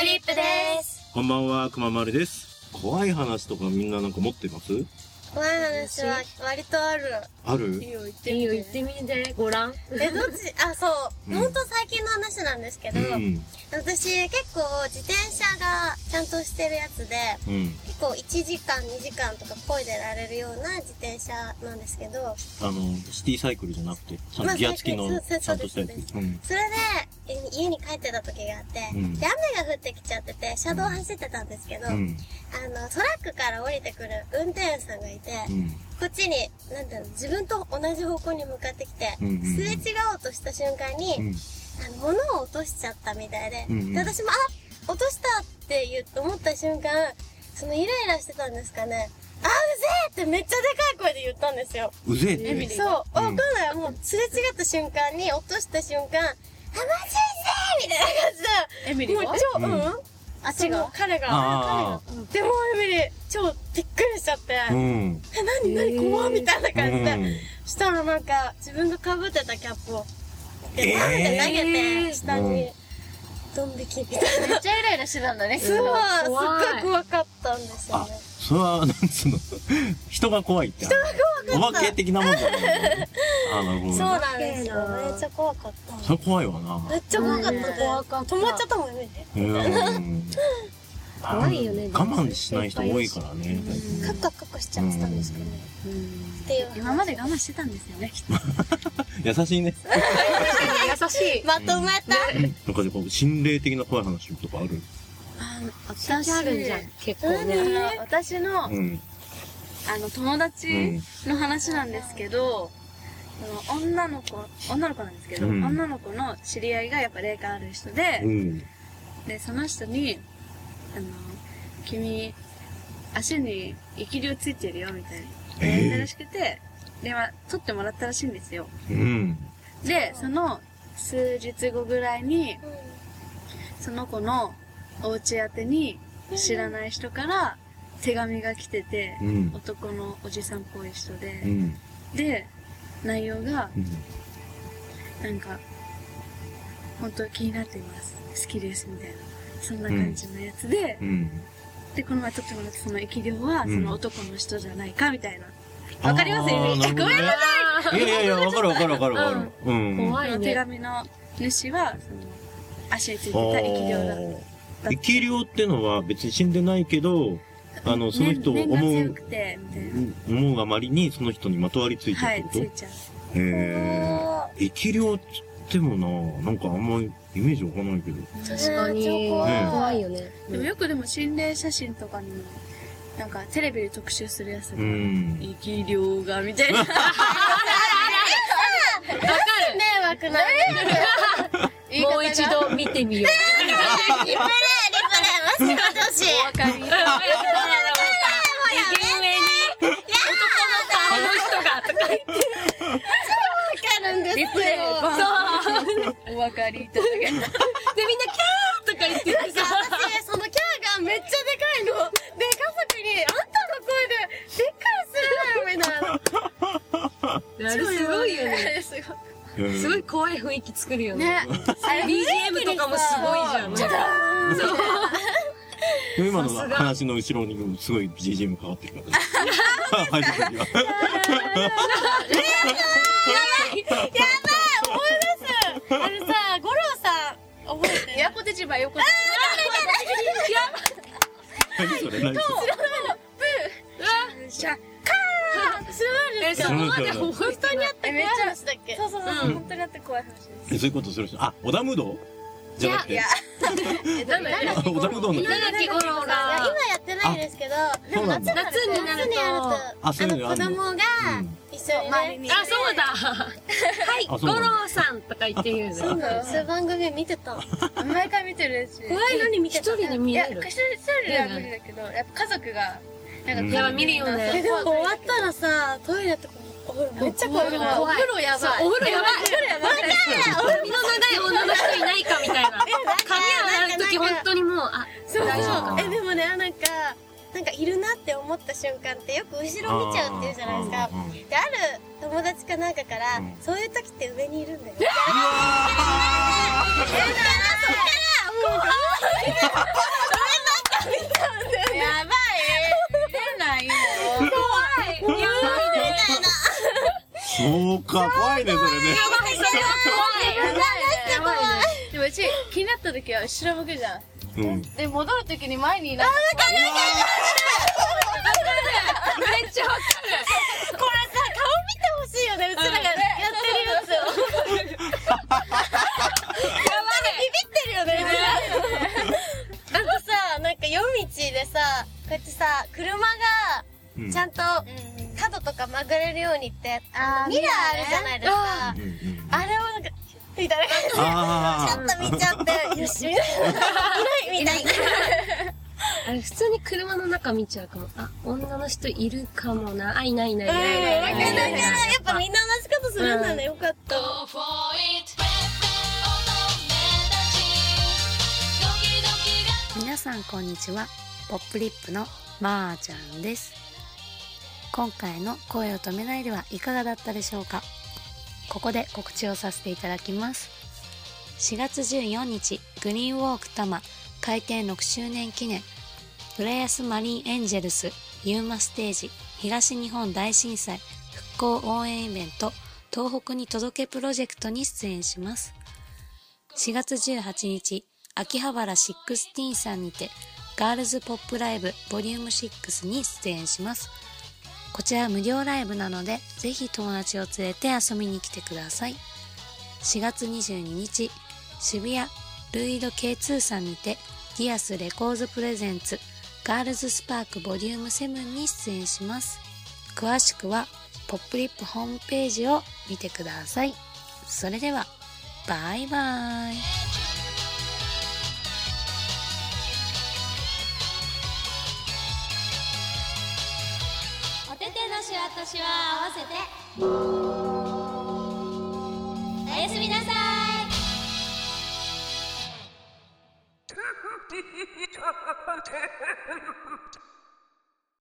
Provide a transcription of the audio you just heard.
リップです。 こんばんは、くままるです。怖い話とかみんななんか持ってます？ 怖い話は割とある。 ある？ いいよ言ってみてごらん。 どっち？あ、そう。ほんと最近の話なんですけど、私結構自転車がちゃんとしてるやつで、結構1時間2時間とか漕いでられるような自転車なんですけど、 シティサイクルじゃなくてちゃんとギア付きのちゃんとしたやつ。 それで家に帰ってた時があって、で雨が降ってきちゃってて車道走ってたんですけど、トラックから降りてくる運転手さんがいて、こっちになんだろう、自分と同じ方向に向かってきて、すれ違おうとした瞬間に、物を落としちゃったみたいで、で私も落としたって思った瞬間、そのイライラしてたんですかね。うぜえってめっちゃでかい声で言ったんですよ。 うぜえって。 そう、わかんない。もうすれ違った瞬間に落とした瞬間、マジうぜえみたいな感じで。 エミリーは？ もう違う。彼が。でもエミリー、超びっくりしちゃって。何怖みたいな感じで。そしたらなんか、自分が被ってたキャップを、バンって投げて、下に、ドン引きみたいな。 めっちゃイライラしてたんだね。 そう、すっごい怖かったんですよね。 それは、なんつうの、人が怖いって。人が怖かった。お化け的なもんじゃない。なるほど。 そうなんですよ。めっちゃ怖かった。 それ怖いわな。 めっちゃ怖かったで。止まっちゃったもんね。 怖いよね。 我慢しない人多いからね。 カッカッカッカしちゃってたんですけどね。 今まで我慢してたんですよね。 優しいね。 優しい。 まとめた。 なんか心霊的な怖い話とかある？ 私あるんじゃん。結構ね。私の友達の話なんですけど、女の子なんですけど、女の子の知り合いがやっぱ霊感ある人で、でその人に君足に生き量ついてるよみたいな言ったらしくて、電話取ってもらったらしいんですよ。でその数日後ぐらいにその子のお家宛てに知らない人から手紙が来てて、男のおじさんっぽい人で、で内容が、なんか本当気になっています、好きですみたいな、そんな感じのやつで、でこの前撮ってもらったその生き量はその男の人じゃないかみたいな。わかりますよね。ごめんなさい。 いやわかる。 怖いね。手紙の主はその足についてた生き量だ。 生き量ってのは別に死んでないけど、その人を思うあまりにその人にまとわりついちゃうってこと？はい、ついちゃう。生き量って言ってもなんかあんまりイメージわかんないけど。 確かに。怖いよね。 でもよく心霊写真とかにも、なんかテレビで特集するやつが、生き量がみたいな。わかる。迷惑な。 もう一度見てみよう。 リプレイマジで待ってほしい。 お分かり。右上に男の顔の人がとか言って。 超わかるんですよ。 リプレイ。 そう。お分かりいただけ。で、みんなキャーとか言っててさ。 私、そのキャーがめっちゃでかいの。で、家族に、あんたの声で、びっくりするなよ、みたいな。 あれすごいよね。すごい怖い雰囲気作るよね。BGM とかもすごいじゃん。そう。 今の話の後ろにすごい BGM 変わってるから。入るときは。 やばい思い出す。さ、五郎さん、覚えてる？ ヤコテチバ、横手何それ？何それ？ 知らないですか？本当にあって怖い話だっけ？ そう、本当にあって怖い話です。 そういうことする人。織田無道？じゃなくて。 いや、 織田無道の。 稲垣吾郎が。 今やってないですけど、でも夏になると、子供が一緒にね。 あ、そうだ。はい、吾郎さんとか言って言うの。 そういう番組見てた。 毎回見てるし。 怖いのに見てた。 一人で見れる。 一人では無理だけど、やっぱ家族が、 なんか見るよね。 でも終わったらさ、トイレとかめっちゃ怖い。お風呂やばい。 お風呂やばい。髪の長い女の人いないかみたいな。髪洗うとき本当にもう、大丈夫かな。 でもね、なんかいるなって思った瞬間ってよく後ろ見ちゃうって言うじゃないですか。で、ある友達かなんかから、そういう時って上にいるんだよ。そっからもやばい。出ないよ。怖い。 みたいな。 そうか、怖いね、それね。 でもうち気になった時は後ろ向くじゃん。 うん。 で、戻る時に前になんか。わかる。めっちゃわかる。 これさ、顔見てほしいよね、うちらがやってるやつを。やばい。ビビってるよね、うちら。あとさ、なんか夜道でさ、こうやってさ、車が、ちゃんと、角とか曲がれるようにって、ミラーあるじゃないですか。あれをなんか、みたいな感じで、ちょっと見ちゃって、よし、みたいな。 あれ、普通に車の中見ちゃうかも。あ、女の人いるかもな。あ、いない。 だから、やっぱみんな同じことするんだね。よかった。 皆さんこんにちは。ポップリップのまーちゃんです。今回の声を止めないではいかがだったでしょうか。ここで告知をさせていただきます。4月14日、グリーンウォーク多摩開店6周年記念浦安マリンエンジェルスユーマステージ東日本大震災復興応援イベント東北に届けプロジェクトに出演します。4月18日、秋葉原16さんにてガールズポップライブボリューム6に出演します。こちらは無料ライブなので、ぜひ友達を連れて遊びに来てください。4月22日、渋谷ルイド K2 さんにてディアスレコーズプレゼンツガールズスパークボリューム7に出演します。詳しくはポップリップホームページを見てください。それでは、バイバイ。 お手手のシワとシワ合わせておやすみなさい。